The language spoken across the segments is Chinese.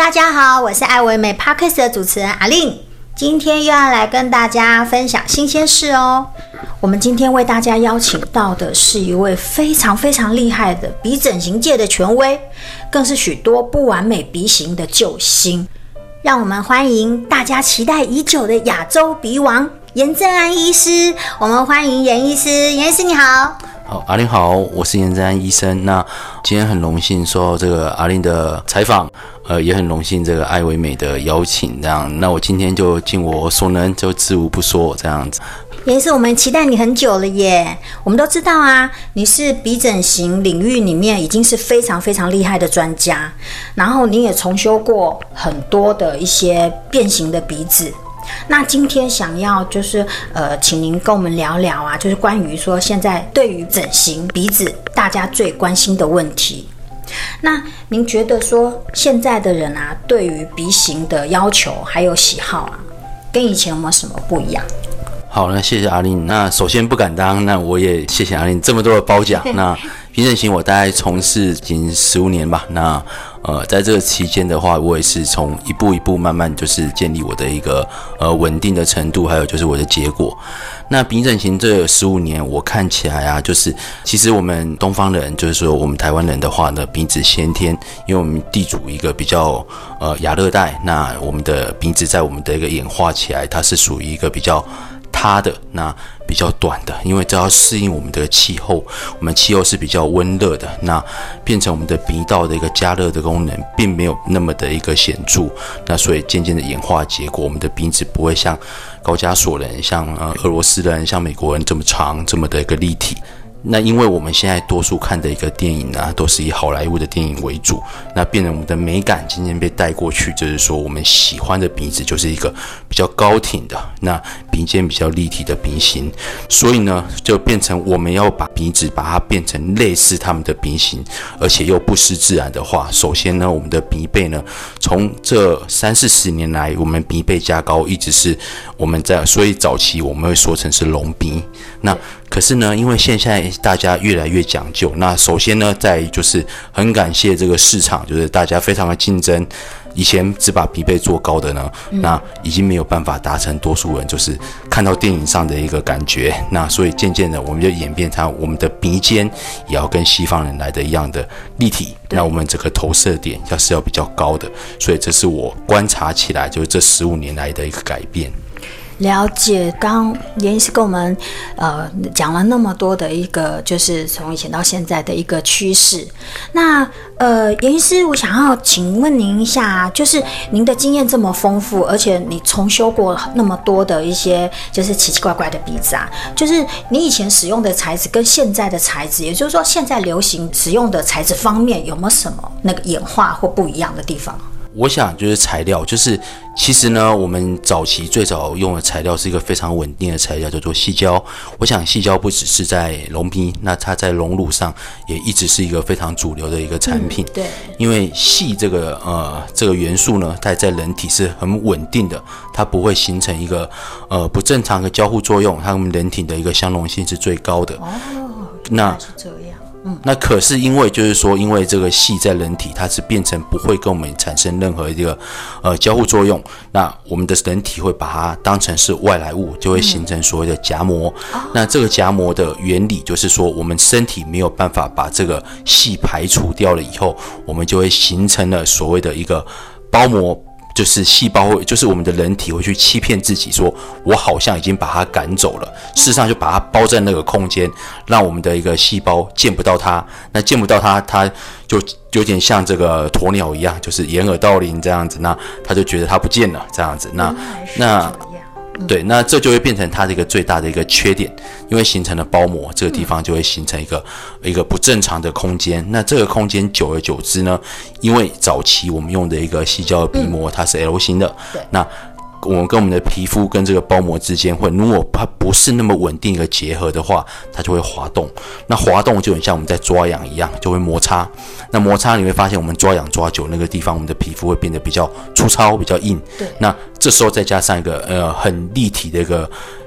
大家好，我是爱惟美 Podcast 的主持人阿令，今天又要来跟大家分享新鲜事哦。我们今天为大家邀请到的是一位非常非常厉害的鼻整形界的权威，更是许多不完美鼻型的救星。让我们欢迎大家期待已久的亚洲鼻王颜正安医师。我们欢迎颜医师，颜医师你好。 好，阿令好，我是颜正安医生。那今天很荣幸受到这个阿令的采访，也很荣幸这个爱惟美的邀请，这样。那我今天就尽我所能，就知无不说这样子。 颜医师，我们期待你很久了耶。我们都知道啊，你是鼻整形领域里面已经是非常非常厉害的专家，然后你也重修过很多的一些变形的鼻子。那今天想要就是请您跟我们聊聊啊，就是关于说现在对于整形鼻子大家最关心的问题。那您觉得说现在的人啊，对于鼻型的要求还有喜好啊，跟以前有没有什么不一样？ 好，那谢谢阿令。那首先不敢当，那我也谢谢阿令这么多的褒奖。那鼻整形我大概从事已经15年吧。那在这个期间的话，我也是从一步一步慢慢就是建立我的一个稳定的程度，还有就是我的结果。那鼻整形这15年，我看起来啊，就是其实我们东方人，就是说我们台湾人的话呢，鼻子先天，因为我们地处一个比较亚热带，那我们的鼻子在我们的一个演化起来，它是属于一个比较塌的，那比较短的，因为这要适应我们的气候，我们气候是比较温热的，那变成我们的鼻道的一个加热的功能并没有那么的一个显著，那所以渐渐的演化结果，我们的鼻子不会像高加索人、像俄罗斯人、像美国人这么长，这么的一个立体。那因为我们现在多数看的一个电影啊，都是以好莱坞的电影为主，那变成我们的美感渐渐被带过去，就是说我们喜欢的鼻子就是一个比较高挺的，那鼻尖比较立体的鼻型，所以呢，就变成我们要把鼻子把它变成类似他们的鼻型，而且又不失自然的话，首先呢，我们的鼻背呢，从这30-40年来，我们鼻背加高一直是我们在，所以早期我们会说成是隆鼻。那可是呢，因为现在大家越来越讲究，那首先呢，在于就是很感谢这个市场，就是大家非常的竞争。以前只把鼻背做高的呢，那已经没有办法达成多数人就是看到电影上的一个感觉。那所以渐渐的，我们就演变成我们的鼻尖也要跟西方人来的一样的立体。那我们整个投射点要比较高的，所以这是我观察起来就是这15年来的一个改变。 了解，刚颜医师跟我们讲了那么多的一个，就是从以前到现在的一个趋势。那颜医师，我想要请问您一下，就是您的经验这么丰富，而且你重修过那么多的一些就是奇奇怪怪的鼻子啊，就是你以前使用的材质跟现在的材质，也就是说现在流行使用的材质方面有没有什么那个演化或不一样的地方？ 我想就是材料，就是其实呢，我们早期最早用的材料是一个非常稳定的材料，叫做矽胶。我想矽胶不只是在隆鼻，那它在隆乳上也一直是一个非常主流的一个产品。 对， 因为矽这个元素呢，它在人体是很稳定的，它不会形成一个不正常的交互作用，它们人体的一个相容性是最高的。 那是这样。 那可是因为就是说，因为这个矽在人体它是变成不会跟我们产生任何一个交互作用，那我们的人体会把它当成是外来物，就会形成所谓的夹膜。那这个夹膜的原理就是说，我们身体没有办法把这个矽排除掉了以后，我们就会形成了所谓的一个包膜。就是细胞就是我们的人体会去欺骗自己说，我好像已经把它赶走了，事实上就把它包在那个空间，让我们的一个细胞见不到它。那见不到它，它就有点像这个鸵鸟一样，就是掩耳盗铃这样子。那它就觉得它不见了这样子。那对，那这就会变成它的一个最大的一个缺点，因为形成了包膜，这个地方就会形成一个不正常的空间。那这个空间久而久之呢，因为早期我们用的一个矽胶鼻膜，它是 L 型的，那我们跟我们的皮肤跟这个包膜之间会，如果它不是那么稳定的结合的话，它就会滑动。那滑动就很像我们在抓痒一样，就会摩擦。那摩擦你会发现，我们抓痒抓久，那个地方我们的皮肤会变得比较粗糙、比较硬。对。那这时候再加上一个很立体的一个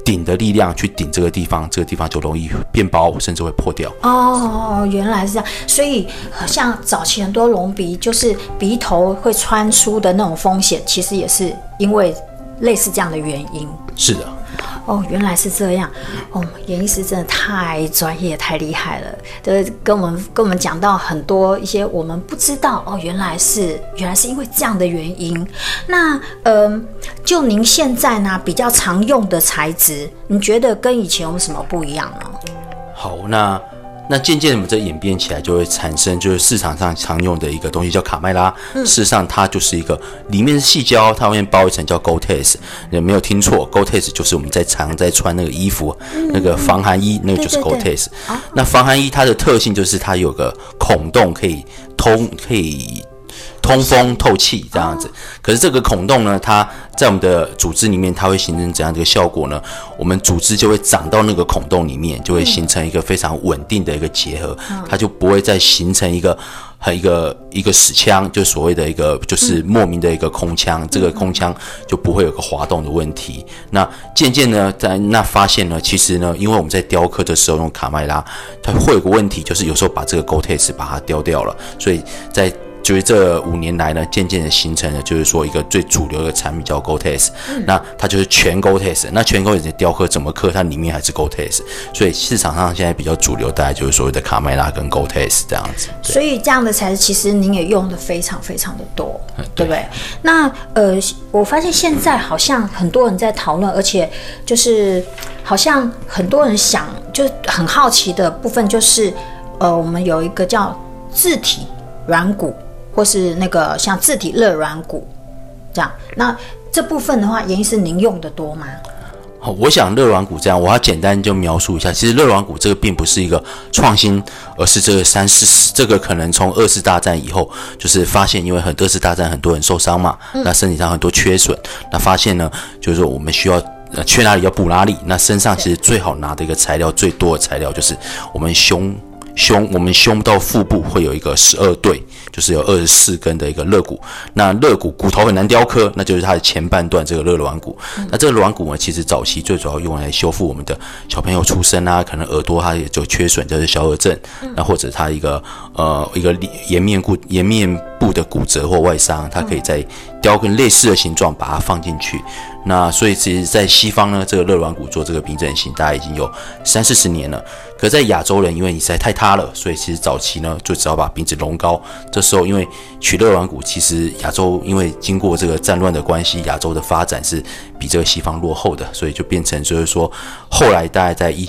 顶的力量去顶这个地方，这个地方就容易变薄，甚至会破掉。 哦，原来是这样。所以像早期很多隆鼻，就是鼻头会穿出的那种风险，其实也是因为类似这样的原因。 是的。 哦，原来是这样。哦，严医师真的太专业、太厉害了，就是跟我们讲到很多一些我们不知道哦，原来是因为这样的原因。那就您现在呢比较常用的材质，你觉得跟以前有什么不一样呢？ 好，那渐渐的我们这演变起来，就会产生就是市场上常用的一个东西叫卡麦拉。事实上它就是一个里面是矽胶，它外面包一层叫 Gore-Tex。你没有听错 ，Gore-Tex 就是我们常在穿那个衣服，那个防寒衣，那个就是 Gore-Tex。那防寒衣它的特性就是它有个孔洞可以通风透气这样子，可是这个孔洞呢，它在我们的组织里面，它会形成怎样的一个效果呢？我们组织就会长到那个孔洞里面，就会形成一个非常稳定的一个结合，它就不会再形成一个死腔，就所谓的一个就是莫名的一个空腔，这个空腔就不会有个滑动的问题。那渐渐呢，发现呢，其实呢，因为我们在雕刻的时候用卡麦拉，它会有个问题，就是有时候把这个 Gore-Tex 把它雕掉了，所以就是这5年来呢，渐渐的形成了，就是说一个最主流的产品叫 Gore-Tex。那它就是全 Gore-Tex。那全 Gore-Tex 的雕刻怎么刻，它里面还是 Gore-Tex。所以市场上现在比较主流，大概就是所谓的卡麦拉跟 Gore-Tex 这样子。 所以这样的材质，其实您也用的非常非常的多，对不对？那我发现现在好像很多人在讨论，而且就是好像很多人就很好奇的部分，就是我们有一个叫自体软骨。或是那个像自体肋软骨这样，那这部分的话，严医师您用的多吗？ 好，我想肋软骨这样，我要简单就描述一下。其实肋软骨这个并不是一个创新，而是这个可能从2次大战以后，就是发现因为2次大战很多人受伤嘛，那身体上很多缺损，那发现呢，就是说我们需要缺哪里要补哪里。那身上其实最好拿的一个材料，最多的材料就是我们胸到腹部会有一个12对，就是有24根的一个肋骨。那肋骨头很难雕刻，那就是它的前半段这个肋软骨。那这个软骨呢，其实早期最主要用来修复我们的小朋友出生啊，可能耳朵它也就缺损，就是小耳症。那或者它一个颜面部的骨折或外伤，它可以再雕跟类似的形状把它放进去。那所以其实在西方呢，这个肋软骨做这个鼻整形大概已经有30-40年了。可在亚洲人，因为你实在太塌了，所以其实早期呢就只要把鼻子隆高。这时候因为取肋软骨，其实亚洲因为经过这个战乱的关系，亚洲的发展是比这个西方落后的，所以就变成就是说，后来大概在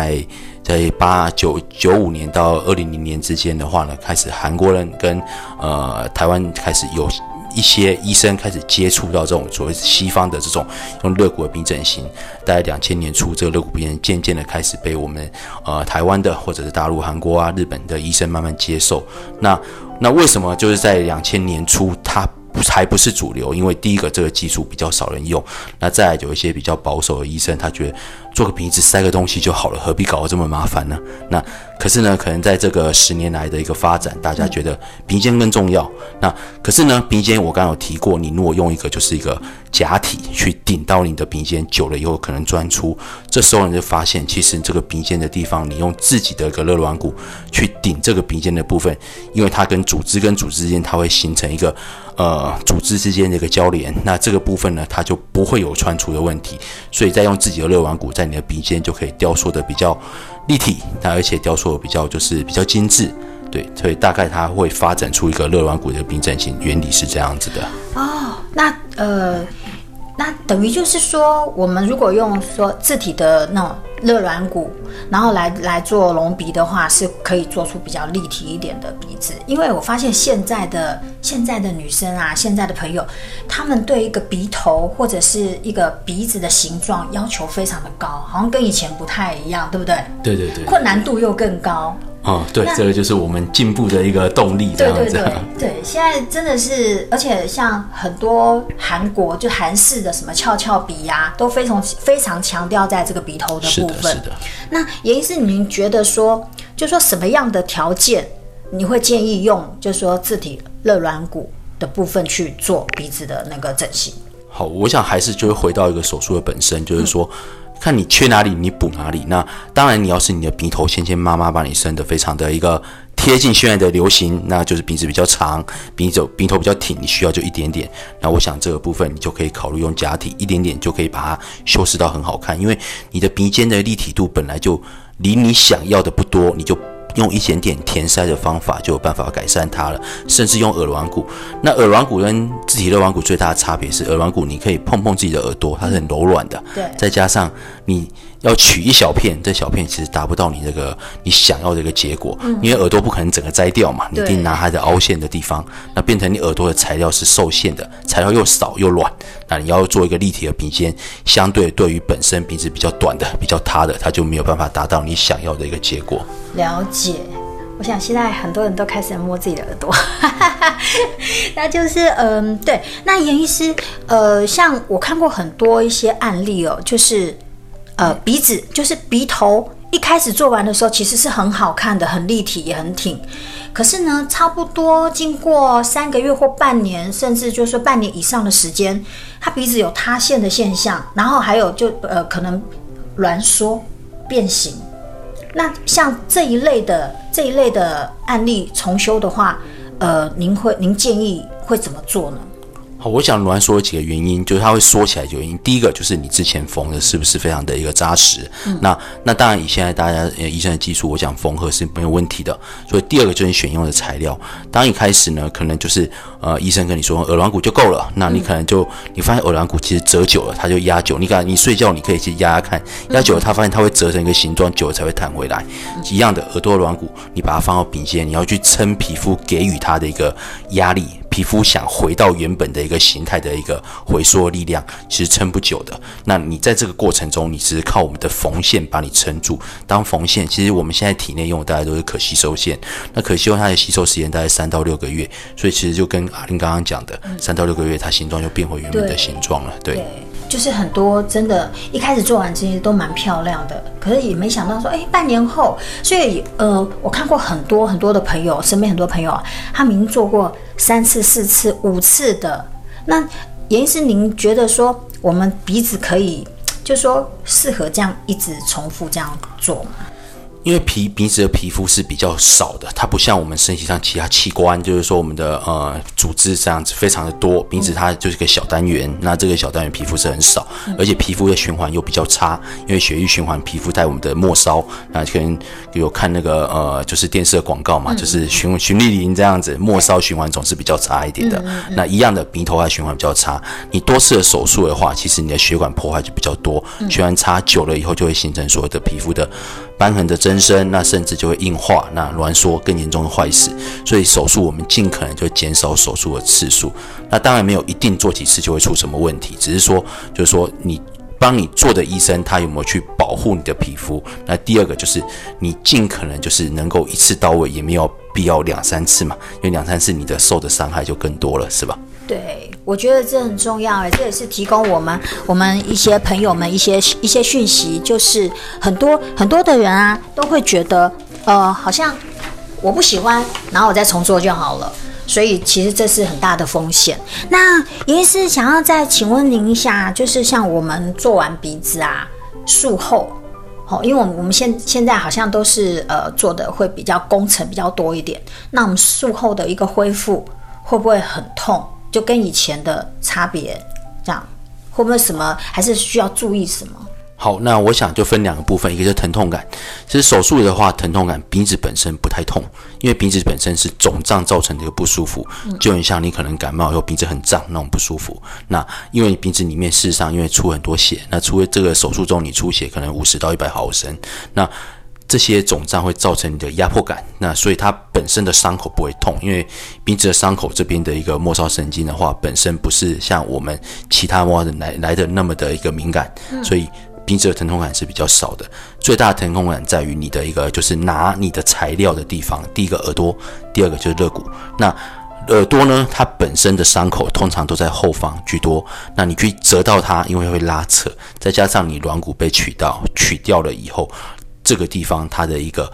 85年到2000年之间的话呢，开始韩国人跟台湾开始有一些医生开始接触到这种所谓西方的这种用肋骨的鼻整形，大概2000年初，这个肋骨鼻整形渐渐的开始被我们台湾的或者是大陆、韩国啊、日本的医生慢慢接受。那为什么就是在2000年初它还不是主流？因为第一个这个技术比较少人用，那再来有一些比较保守的医生，他觉得做个鼻子塞个东西就好了，何必搞得这么麻烦呢？那可是呢，可能在这个10年来的一个发展，大家觉得鼻尖更重要。那可是呢，鼻尖我刚刚有提过，你如果用一个就是一个假体去顶到你的鼻尖，久了以后可能钻出，这时候你就发现，其实这个鼻尖的地方，你用自己的一个肋软骨去顶这个鼻尖的部分，因为它跟组织之间，它会形成一个组织之间的一个交连，那这个部分呢，它就不会有穿出的问题，所以再用自己的肋软骨在你的鼻尖就可以雕塑的比较立体，那而且雕塑的比较精致，对，所以大概它会发展出一个肋软骨的鼻整形原理是这样子的。 哦，那等于就是说，我们如果用说自体的那种肋软骨，然后来做隆鼻的话，是可以做出比较立体一点的鼻子。因为我发现现在的女生啊，现在的朋友，他们对一个鼻头或者是一个鼻子的形状要求非常的高，好像跟以前不太一样，对不对？对对对，困难度又更高。 对，这个就是我们进步的一个动力，这样子。 对，现在真的是，而且像很多韩国就韩式的什么翘鼻啊，都非常强调在这个鼻头的部分。是的。那严医师，您觉得说，就说什么样的条件你会建议用，就是说自体肋软骨的部分去做鼻子的那个整形？ 好，我想还是就会回到一个手术的本身，就是说。 看你缺哪里，你补哪里。那当然，你要是你的鼻头先妈妈把你生的非常的一个贴近现在的流行，那就是鼻子比较长，鼻头比较挺，你需要就一点点。那我想这个部分你就可以考虑用假体，一点点就可以把它修饰到很好看，因为你的鼻尖的立体度本来就离你想要的不多，你就用一点点填塞的方法就有办法改善它了，甚至用耳软骨。那耳软骨跟自体肋软骨最大的差别是，耳软骨你可以碰碰自己的耳朵，它是很柔软的， 对， 再加上你要取一小片，这小片其实达不到你想要的一个结果，因为耳朵不可能整个摘掉嘛，你一定拿它的凹陷的地方，那变成你耳朵的材料是受限的，材料又少又软，那你要做一个立体的鼻尖，相对对于本身鼻子比较短的、比较塌的，它就没有办法达到你想要的一个结果。 了解。我想现在很多人都开始摸自己的耳朵，那就是对。那严医师，像我看过很多一些案例哦，就是鼻子，就是鼻头一开始做完的时候，其实是很好看的，很立体也很挺。可是呢，差不多经过3个月或半年，甚至就是半年以上的时间，他鼻子有塌陷的现象，然后还有就可能挛缩、变形。那像这一类的案例重修的话，您建议会怎么做呢？ 好，我想挛缩有几个原因，就是它会缩起来的原因。第一个就是你之前缝的是不是非常的一个扎实？那当然以现在大家医生的技术，我讲缝合是没有问题的。所以第二个就是你选用的材料。当一开始呢，可能就是医生跟你说耳软骨就够了，那你可能你发现耳软骨其实折久了，它就压久。你睡觉你可以去压压看，压久了它发现它会折成一个形状，久了才会弹回来。一样的耳朵的软骨，你把它放到鼻尖，你要去撑皮肤，给予它的一个压力。皮肤想回到原本的一个形态的一个回缩力量，其实撑不久的。那你在这个过程中，你只是靠我们的缝线把你撑住。当缝线，其实我们现在体内用的大概都是可吸收线，那可吸收它的吸收时间大概3到6个月，所以其实就跟阿玲刚刚讲的，3到6个月它形状就变回原本的形状了。对。 就是很多真的，一开始做完这些都蛮漂亮的，可是也没想到说，半年后，所以我看过很多的朋友，身边很多朋友啊，他们已经做过3次、4次、5次的。那严医师，您觉得说我们鼻子可以，就是说适合这样一直重复这样做吗？ 因为鼻子的皮肤是比较少的，它不像我们身体上其他器官，就是说我们的组织这样子非常的多，鼻子它就是个小单元，那这个小单元皮肤是很少，而且皮肤的循环又比较差，因为血液循环皮肤在我们的末梢，那可能有看那个就是电视的广告嘛，就是循利林这样子，末梢循环总是比较差一点的。那一样的鼻头它循环比较差，你多次的手术的话，其实你的血管破坏就比较多，循环差久了以后就会形成所谓的皮肤的瘢痕的增生，那甚至就会硬化，那挛缩更严重的坏死。所以手术我们尽可能就减少手术的次数。那当然没有一定做几次就会出什么问题，只是说就是说你帮你做的医生他有没有去保护你的皮肤。那第二个就是你尽可能就是能够一次到位，也没有必要2-3次嘛，因为2-3次你的受的伤害就更多了，是吧？ 对，我觉得这很重要，这也是提供我们一些朋友们一些讯息，就是很多的人啊都会觉得好像我不喜欢，然后我再重做就好了，所以其实这是很大的风险。那严医师想要再请问您一下，就是像我们做完鼻子啊，术后。因为我们现在好像都是做的会比较工程比较多一点，那我们术后的一个恢复会不会很痛？就跟以前的差别，这样会不会什么还是需要注意什么？ 好，那我想就分2个部分，一个就是疼痛感。其实手术的话，疼痛感鼻子本身不太痛，因为鼻子本身是肿胀造成的一个不舒服，就很像你可能感冒以后鼻子很胀那种不舒服。那因为你鼻子里面事实上因为出很多血，那除了这个手术中你出血可能50到100毫升，那这些肿胀会造成你的压迫感，那所以它本身的伤口不会痛，因为鼻子的伤口这边的一个末梢神经的话，本身不是像我们其他末梢来的那么的一个敏感，所以鼻子的疼痛感是比较少的。最大的疼痛感在于你的一个就是拿你的材料的地方，第一个耳朵，第二个就是肋骨。那耳朵呢，它本身的伤口通常都在后方居多，那你去折到它，因为会拉扯，再加上你软骨被取掉了以后，这个地方它的一个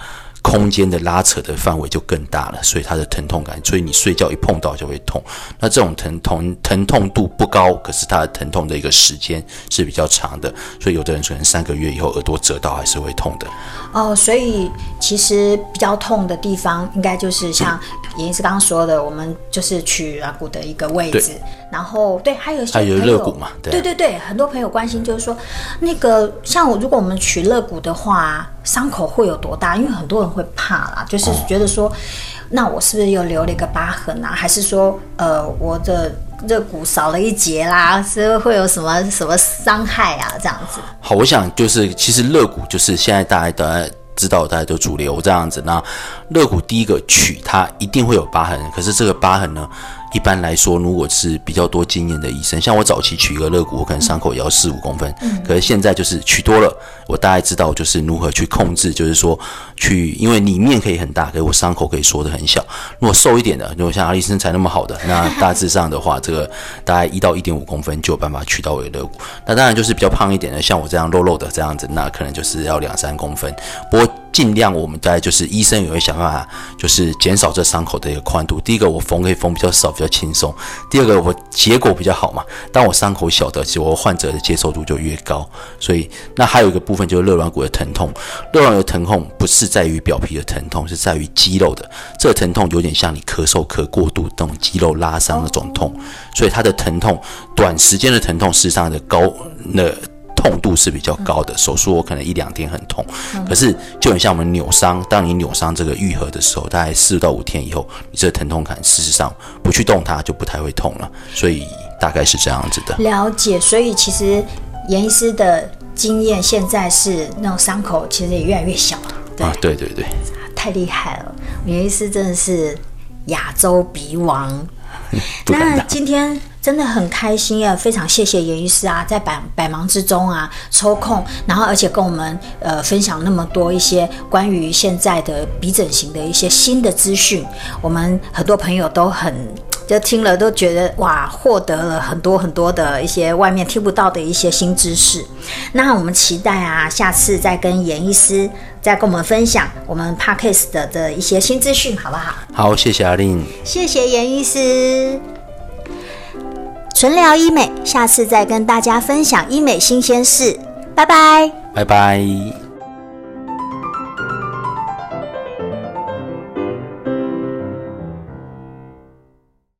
空间的拉扯的范围就更大了，所以它的疼痛感，所以你睡觉一碰到就会痛。那这种疼痛度不高，可是它的疼痛的一个时间是比较长的，所以有的人可能3个月以后耳朵折到还是会痛的。 哦，所以其实比较痛的地方，应该就是像严医师刚刚说的，我们就是取软骨的一个位置，然后对，还有肋骨嘛， 对，很多朋友关心就是说，那个像如果我们取肋骨的话，伤口会有多大？因为很多人会怕啦，就是觉得说，那我是不是又留了一个疤痕啊？还是说，我的肋骨少了一节啦，是会有什么伤害啊？这样子。 好，我想就是其实肋骨就是现在大家知道，大家都主流这样子。那肋骨第一个取它一定会有疤痕，可是这个疤痕呢，一般来说，如果是比较多经验的医生，像我早期取一个肋骨，我可能伤口也要4-5公分。可是现在就是取多了，我大概知道就是如何去控制，就是说因为里面可以很大，可是我伤口可以缩得很小。如果瘦一点的，如果像阿丽身材那么好的，那大致上的话，这个大概1到1.5公分就有办法取到我的肋骨。那当然就是比较胖一点的，像我这样肉肉的这样子，那可能就是要2-3公分。不过尽量我们大概就是医生也会想办法，就是减少这伤口的一个宽度。第一个我缝可以缝比较少，比较轻松；第二个我结果比较好嘛。当我伤口小的，其实我患者的接受度就越高。所以那还有一个部分就是肋软骨的疼痛。肋软骨的疼痛不是在于表皮的疼痛，是在于肌肉的。这个疼痛有点像你咳嗽咳过度那种肌肉拉伤那种痛，所以它的疼痛短时间的疼痛，事实上的痛度是比较高的，手术我可能1-2天很痛，可是就很像我们扭伤，当你扭伤这个愈合的时候，大概4到5天以后，你这个疼痛感事实上不去动它就不太会痛了，所以大概是这样子的。 了解，所以其实严医师的经验现在是那种伤口其实也越来越小了。 对， 太厉害了，严医师真的是亚洲鼻王。那今天真的很开心耶，非常谢谢严医师啊，在百忙之中啊抽空，然后而且跟我们分享那么多一些关于现在的鼻整形的一些新的资讯，我们很多朋友都就听了都觉得哇，获得了很多很多的一些外面听不到的一些新知识。那我们期待啊，下次再跟严医师再跟我们分享我们 Podcast 的一些新资讯，好不好？ 好，谢谢阿令， 谢谢严医师。纯聊医美，下次再跟大家分享医美新鲜事，拜拜， 拜拜。